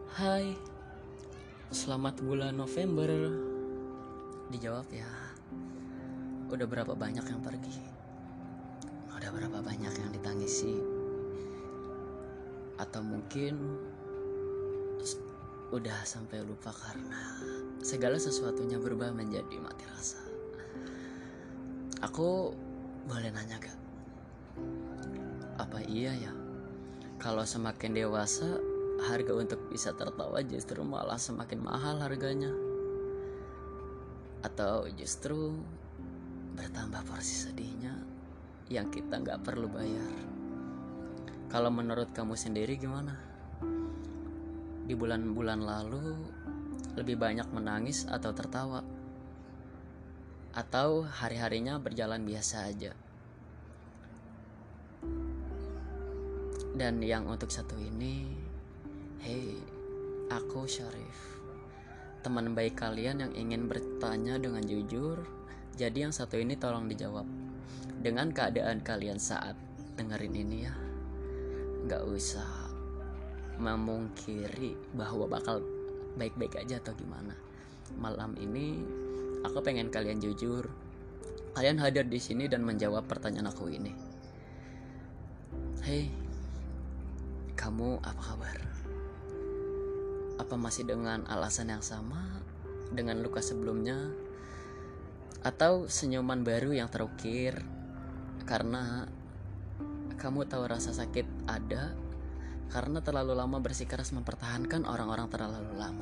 Hai, selamat bulan November. Dijawab ya. Udah berapa banyak yang pergi? Udah berapa banyak yang ditangisi? Atau mungkin udah sampai lupa karena segala sesuatunya berubah menjadi mati rasa. Aku boleh nanya gak? Apa iya ya? Kalau semakin dewasa, harga untuk bisa tertawa justru malah semakin mahal harganya. Atau justru bertambah porsi sedihnya yang kita nggak perlu bayar. Kalau menurut kamu sendiri gimana? Di bulan-bulan lalu lebih banyak menangis atau tertawa? Atau hari-harinya berjalan biasa aja? Dan yang untuk satu ini, hey, aku Syarif, teman baik kalian yang ingin bertanya dengan jujur. Jadi yang satu ini tolong dijawab dengan keadaan kalian saat dengerin ini ya. Gak usah memungkiri bahwa bakal baik-baik aja atau gimana. Malam ini aku pengen kalian jujur. Kalian hadir di sini dan menjawab pertanyaan aku ini. Hey, kamu apa kabar? Apa masih dengan alasan yang sama, dengan luka sebelumnya, atau senyuman baru yang terukir karena kamu tahu rasa sakit ada karena terlalu lama bersikeras mempertahankan orang-orang terlalu lama?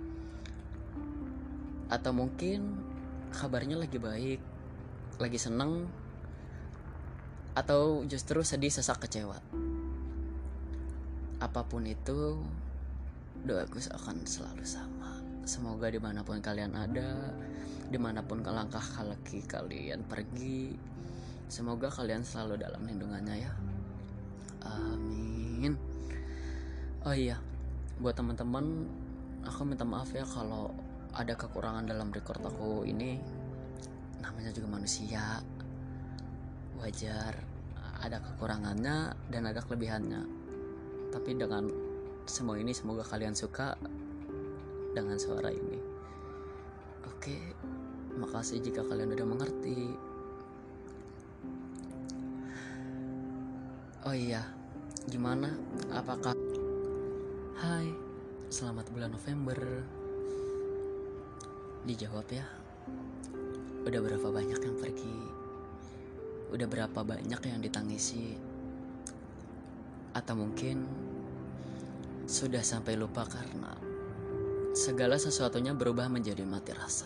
Atau mungkin kabarnya lagi baik, lagi seneng, atau justru sedih, sesak, kecewa? Apapun itu, doaku akan selalu sama. Semoga dimanapun kalian ada, dimanapun langkah kaki kalian pergi, semoga kalian selalu dalam lindungannya ya. Amin. Oh iya, buat teman-teman, aku minta maaf ya kalau ada kekurangan dalam record aku ini. Namanya juga manusia, wajar ada kekurangannya dan ada kelebihannya. Tapi dengan semua ini semoga kalian suka dengan suara ini. Oke, makasih jika kalian udah mengerti. Oh iya, gimana? Apakah Hai, selamat bulan November. Dijawab ya. Udah berapa banyak yang pergi? Udah berapa banyak yang ditangisi? Atau mungkin sudah sampai lupa karena segala sesuatunya berubah menjadi mati rasa.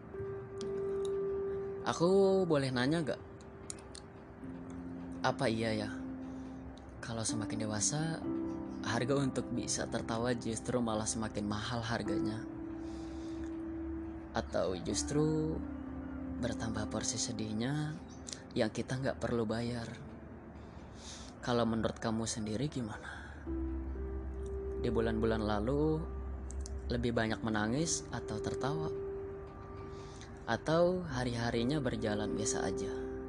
Aku boleh nanya gak? Apa iya ya? Kalau semakin dewasa, harga untuk bisa tertawa justru malah semakin mahal harganya? Atau justru bertambah porsi sedihnya yang kita gak perlu bayar? Kalau menurut kamu sendiri gimana? Di bulan-bulan lalu lebih banyak menangis atau tertawa? Atau hari-harinya berjalan biasa aja?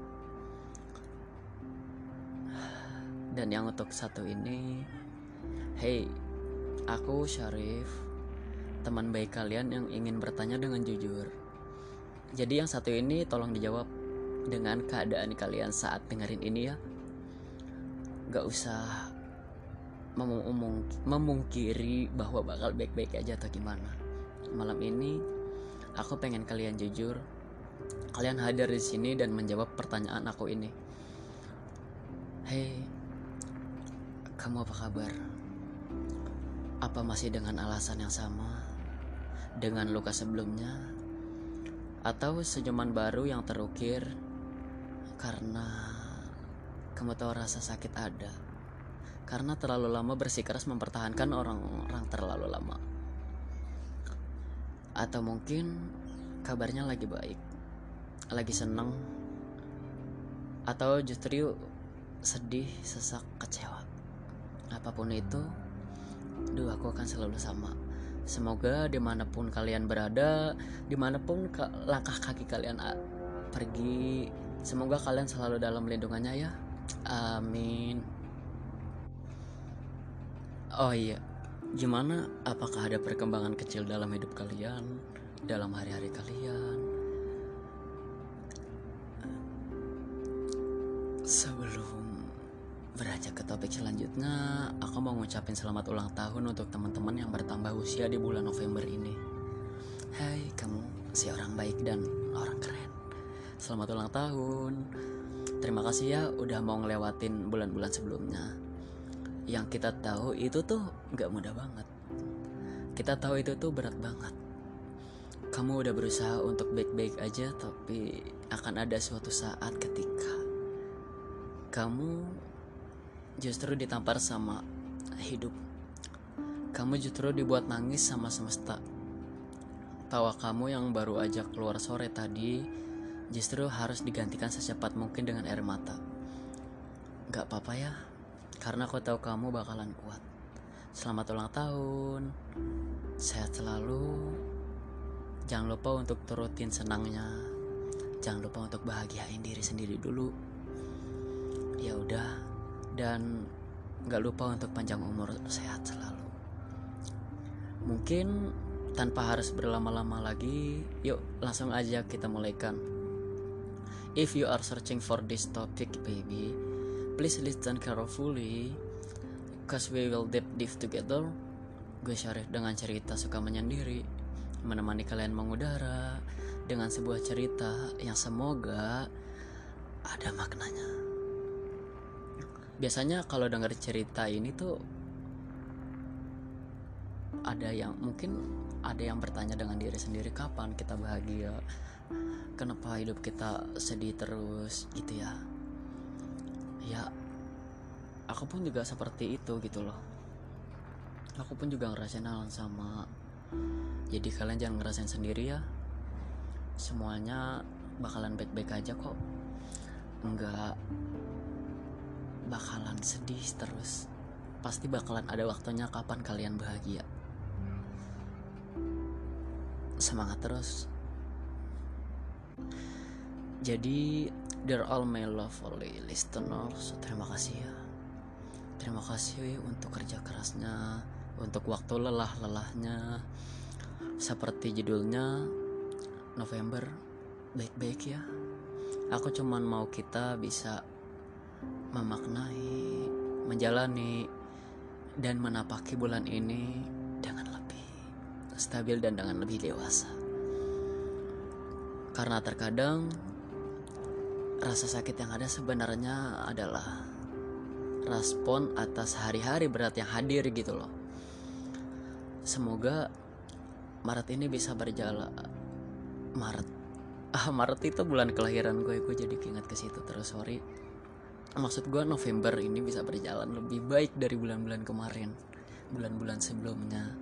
Dan yang untuk satu ini, hey, aku Syarif, teman baik kalian yang ingin bertanya dengan jujur. Jadi yang satu ini tolong dijawab dengan keadaan kalian saat dengerin ini ya. Gak usah memungkiri bahwa bakal baik-baik aja atau gimana. Malam ini aku pengen kalian jujur. Kalian hadir di sini dan menjawab pertanyaan aku ini. Hey, kamu apa kabar? Apa masih dengan alasan yang sama, dengan luka sebelumnya, atau senyuman baru yang terukir karena kamu tahu rasa sakit ada karena terlalu lama bersikeras mempertahankan orang-orang terlalu lama? Atau mungkin kabarnya lagi baik, lagi seneng, atau justru sedih, sesak, kecewa? Apapun itu, doaku akan selalu sama. Semoga dimanapun kalian berada, dimanapun langkah kaki kalian pergi, semoga kalian selalu dalam lindungannya ya. Amin. Oh iya, Gimana? Apakah ada perkembangan kecil dalam hidup kalian, dalam hari-hari kalian? Sebelum beranjak ke topik selanjutnya, aku mau ngucapin selamat ulang tahun untuk teman-teman yang bertambah usia di bulan November ini. Hai, kamu si orang baik dan orang keren. Selamat ulang tahun. Terima kasih ya udah mau ngelewatin bulan-bulan sebelumnya. Yang kita tahu itu tuh gak mudah banget. Kita tahu itu tuh berat banget. Kamu udah berusaha untuk baik-baik aja, tapi akan ada suatu saat ketika kamu justru ditampar sama hidup. Kamu justru dibuat nangis sama semesta. Tawa kamu yang baru aja keluar sore tadi justru harus digantikan secepat mungkin dengan air mata. Gak apa-apa ya, karena aku tahu kamu bakalan kuat. Selamat ulang tahun. Sehat selalu. Jangan lupa untuk turutin senangnya. Jangan lupa untuk bahagiain diri sendiri dulu. Ya udah, dan gak lupa untuk panjang umur, sehat selalu. Mungkin tanpa harus berlama-lama lagi, yuk langsung aja kita mulaikan. If you are searching for this topic, baby, please listen carefully, cause we will deep dive together. Gue Syarif dengan cerita suka menyendiri, menemani kalian mengudara dengan sebuah cerita yang semoga ada maknanya. Biasanya kalau dengar cerita ini tuh ada yang bertanya dengan diri sendiri, kapan kita bahagia, kenapa hidup kita sedih terus gitu ya. Ya, aku pun juga seperti itu gitu loh. Aku pun juga ngerasain hal yang sama. Jadi kalian jangan ngerasain sendiri ya. Semuanya bakalan baik-baik aja kok. Enggak bakalan sedih terus. Pasti bakalan ada waktunya kapan kalian bahagia. Semangat terus. Jadi dear all my lovely listeners, terima kasih ya. Terima kasih untuk kerja kerasnya, untuk waktu lelah-lelahnya. Seperti judulnya, November baik-baik ya. Aku cuman mau kita bisa memaknai, menjalani, dan menapaki bulan ini dengan lebih stabil dan dengan lebih dewasa. Karena terkadang rasa sakit yang ada sebenarnya adalah respon atas hari-hari berat yang hadir gitu loh. Semoga Maret ini bisa berjalan. Maret itu bulan kelahiran gue jadi keinget ke situ terus, sorry. Maksud gue November ini bisa berjalan lebih baik dari bulan-bulan kemarin, bulan-bulan sebelumnya.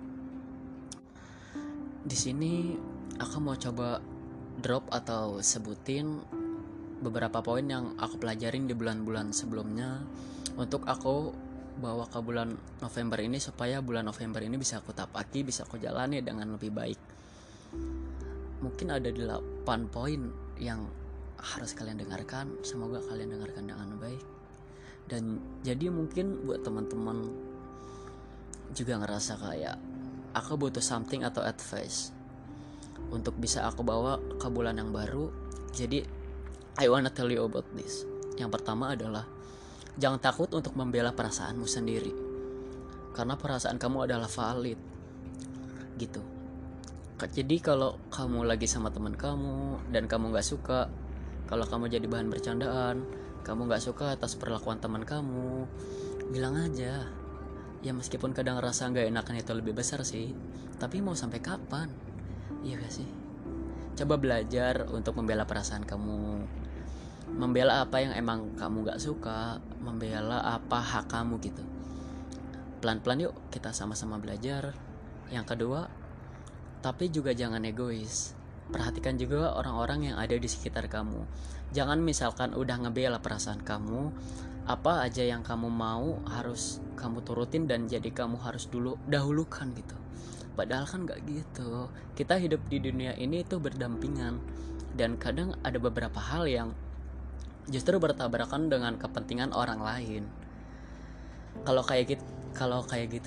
Di sini aku mau coba drop atau sebutin beberapa poin yang aku pelajarin di bulan-bulan sebelumnya untuk aku bawa ke bulan November ini, supaya bulan November ini bisa aku tapaki, bisa aku jalani dengan lebih baik. Mungkin ada 8 poin yang harus kalian dengarkan. Semoga kalian dengarkan dengan baik. Dan jadi mungkin buat teman-teman juga ngerasa kayak aku butuh something atau advice untuk bisa aku bawa ke bulan yang baru. Jadi I wanna tell you about this. Yang pertama adalah jangan takut untuk membela perasaanmu sendiri, karena perasaan kamu adalah valid gitu. Jadi kalau kamu lagi sama teman kamu dan kamu gak suka, kalau kamu jadi bahan bercandaan, kamu gak suka atas perlakuan teman kamu, bilang aja. Ya meskipun kadang rasa gak enakan itu lebih besar sih, tapi mau sampai kapan? Iya gak sih? Coba belajar untuk membela perasaan kamu, membela apa yang emang kamu gak suka, membela apa hak kamu gitu. Pelan-pelan yuk kita sama-sama belajar. Yang kedua, tapi juga jangan egois. Perhatikan juga orang-orang yang ada di sekitar kamu. Jangan misalkan udah ngebela perasaan kamu, apa aja yang kamu mau harus kamu turutin dan jadi kamu harus dahulukan gitu. Padahal kan gak gitu. Kita hidup di dunia ini itu berdampingan, dan kadang ada beberapa hal yang justru bertabrakan dengan kepentingan orang lain. Kalau kayak gitu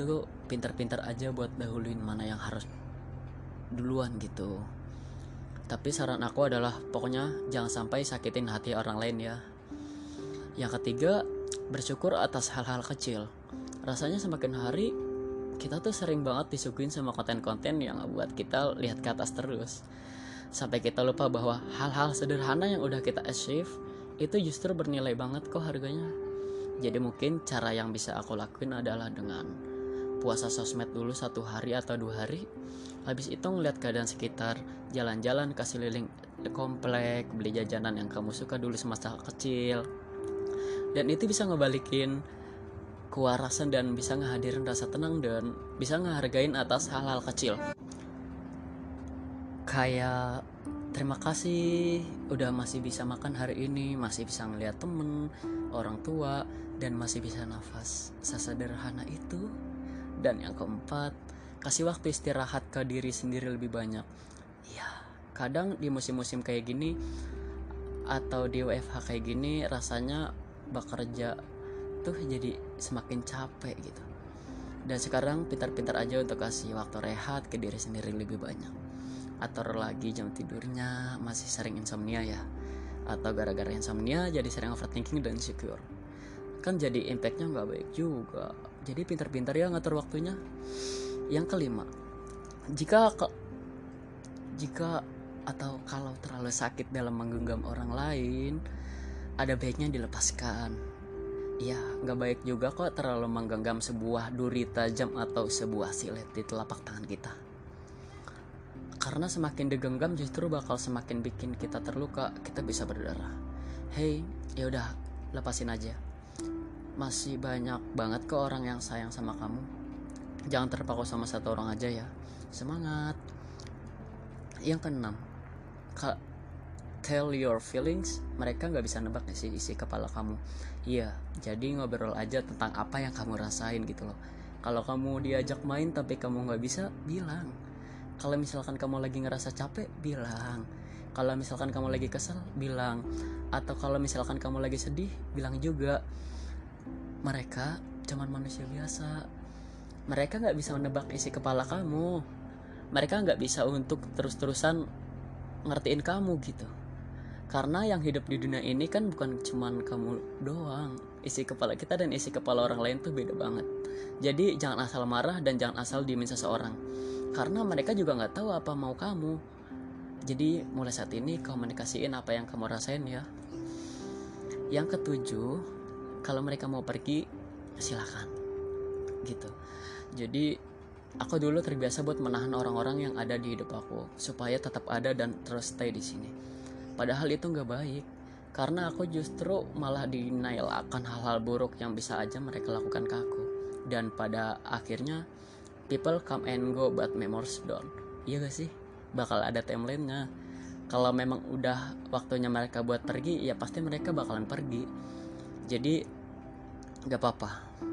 pintar-pintar aja buat dahuluin mana yang harus duluan gitu. Tapi saran aku adalah pokoknya jangan sampai sakitin hati orang lain ya. Yang ketiga, bersyukur atas hal-hal kecil. Rasanya semakin hari kita tuh sering banget disuguhin sama konten-konten yang buat kita lihat ke atas terus, sampai kita lupa bahwa hal-hal sederhana yang udah kita achieve itu justru bernilai banget kok harganya. Jadi mungkin cara yang bisa aku lakuin adalah dengan puasa sosmed dulu 1 hari atau 2 hari. Habis itu ngeliat keadaan sekitar, jalan-jalan, kasih keliling komplek, beli jajanan yang kamu suka dulu semasa kecil. Dan itu bisa ngebalikin kewarasan dan bisa ngehadirin rasa tenang dan bisa ngehargain atas hal-hal kecil. Kayak terima kasih udah masih bisa makan hari ini, masih bisa ngeliat temen, orang tua, dan masih bisa nafas. Sesederhana itu. Dan yang keempat, kasih waktu istirahat ke diri sendiri lebih banyak. Ya, kadang di musim-musim kayak gini atau di WFH kayak gini rasanya bekerja tuh jadi semakin capek gitu. Dan sekarang pintar-pintar aja untuk kasih waktu rehat ke diri sendiri lebih banyak. Atur lagi jam tidurnya, masih sering insomnia ya, atau gara-gara insomnia jadi sering overthinking dan insecure, kan jadi impactnya gak baik juga. Jadi pintar-pintar ya ngatur waktunya. Yang kelima, jika atau kalau terlalu sakit dalam menggenggam orang lain, ada baiknya dilepaskan. Ya, gak baik juga kok terlalu menggenggam sebuah duri tajam atau sebuah silet di telapak tangan kita. Karena semakin digenggam justru bakal semakin bikin kita terluka, kita bisa berdarah. Hey, yaudah, lepasin aja. Masih banyak banget kok orang yang sayang sama kamu. Jangan terpaku sama satu orang aja ya. Semangat. Yang keenam, tell your feelings. Mereka gak bisa nebak isi kepala kamu. Iya, jadi ngobrol aja tentang apa yang kamu rasain gitu loh. Kalau kamu diajak main tapi kamu gak bisa, bilang. Kalau misalkan kamu lagi ngerasa capek, bilang. Kalau misalkan kamu lagi kesel, bilang. Atau kalau misalkan kamu lagi sedih, bilang juga. Mereka cuman manusia biasa. Mereka gak bisa menebak isi kepala kamu. Mereka gak bisa untuk terus-terusan ngertiin kamu gitu. Karena yang hidup di dunia ini kan bukan cuman kamu doang. Isi kepala kita dan isi kepala orang lain tuh beda banget. Jadi jangan asal marah dan jangan asal diemin seseorang. Karena mereka juga gak tahu apa mau kamu. Jadi mulai saat ini komunikasiin apa yang kamu rasain ya. Yang ketujuh, kalau mereka mau pergi, silakan gitu. Jadi aku dulu terbiasa buat menahan orang-orang yang ada di hidup aku supaya tetap ada dan terus stay di sini. Padahal itu nggak baik, karena aku justru malah denial akan hal-hal buruk yang bisa aja mereka lakukan ke aku. Dan pada akhirnya people come and go but memories don't. Iya gak sih? Bakal ada timeline-nya. Kalau memang udah waktunya mereka buat pergi, ya pasti mereka bakalan pergi. Jadi gak apa-apa.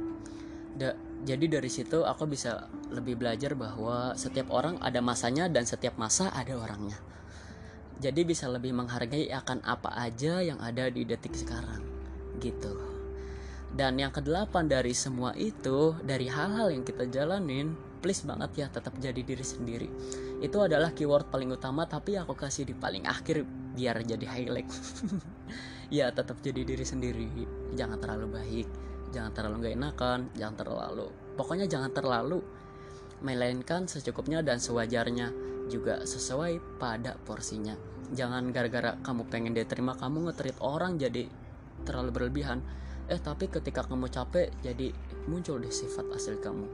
Jadi dari situ aku bisa lebih belajar bahwa setiap orang ada masanya dan setiap masa ada orangnya. Jadi bisa lebih menghargai akan apa aja yang ada di detik sekarang gitu. Dan yang kedelapan dari semua itu, dari hal-hal yang kita jalanin, please banget ya tetap jadi diri sendiri. Itu adalah keyword paling utama, tapi aku kasih di paling akhir biar jadi highlight. Ya tetap jadi diri sendiri. Jangan terlalu baik, jangan terlalu gak enakan, pokoknya jangan terlalu, melainkan secukupnya dan sewajarnya, juga sesuai pada porsinya. Jangan gara-gara kamu pengen diterima, kamu nge-treat orang jadi terlalu berlebihan. Tapi ketika kamu capek, jadi muncul deh sifat asli kamu.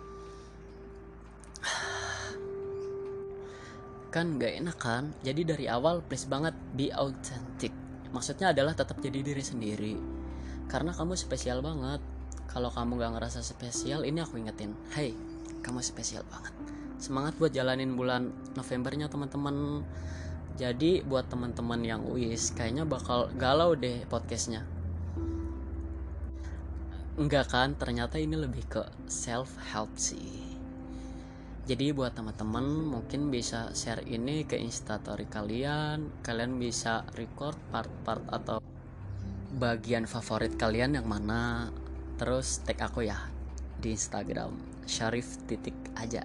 Kan gak enak kan? Jadi dari awal please banget be authentic. Maksudnya adalah tetap jadi diri sendiri. Karena kamu spesial banget. Kalau kamu gak ngerasa spesial, ini aku ingetin, hey, kamu spesial banget. Semangat buat jalanin bulan Novembernya teman-teman. Jadi buat teman-teman yang kayaknya bakal galau deh podcastnya. Enggak kan, ternyata ini lebih ke self-help sih. Jadi buat teman-teman mungkin bisa share ini ke instastory kalian bisa record part-part atau bagian favorit kalian yang mana, terus tag aku ya. di Instagram Syarif titik aja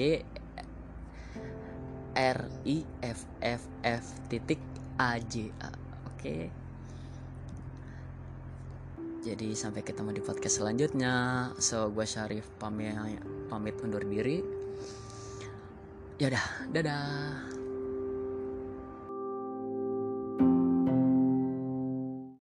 SYRIFFF titik AJA. Oke. Jadi sampai ketemu di podcast selanjutnya. So gue Syarif pamit undur diri. Yaudah, dadah.